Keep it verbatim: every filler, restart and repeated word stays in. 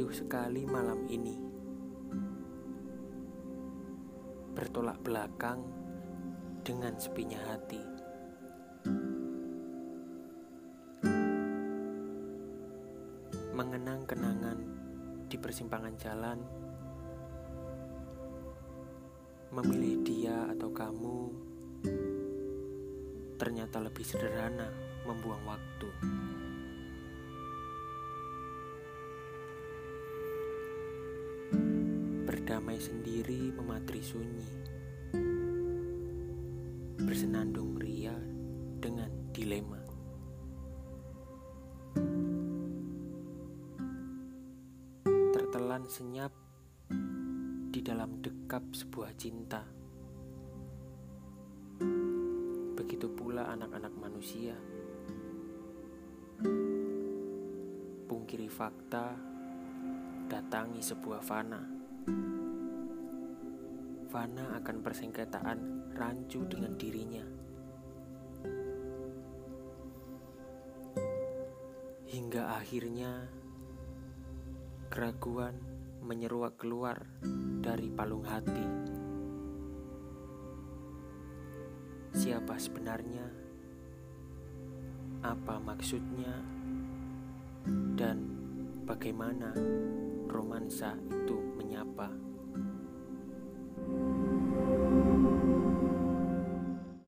Teduh sekali malam ini, bertolak belakang dengan sepinya hati. Mengenang kenangan di persimpangan jalan, memilih dia atau kamu ternyata lebih sederhana membuang waktu. Berdamai sendiri mematri sunyi, bersenandung ria dengan dilema. Tertelan senyap di dalam dekap sebuah cinta. Begitu pula anak-anak manusia. Pungkiri fakta, datangi sebuah fana. Fana akan persengketaan rancu dengan dirinya. Hingga akhirnya keraguan menyeruak keluar dari palung hati. Siapa sebenarnya? Apa maksudnya? Dan bagaimana romansa itu menyapa?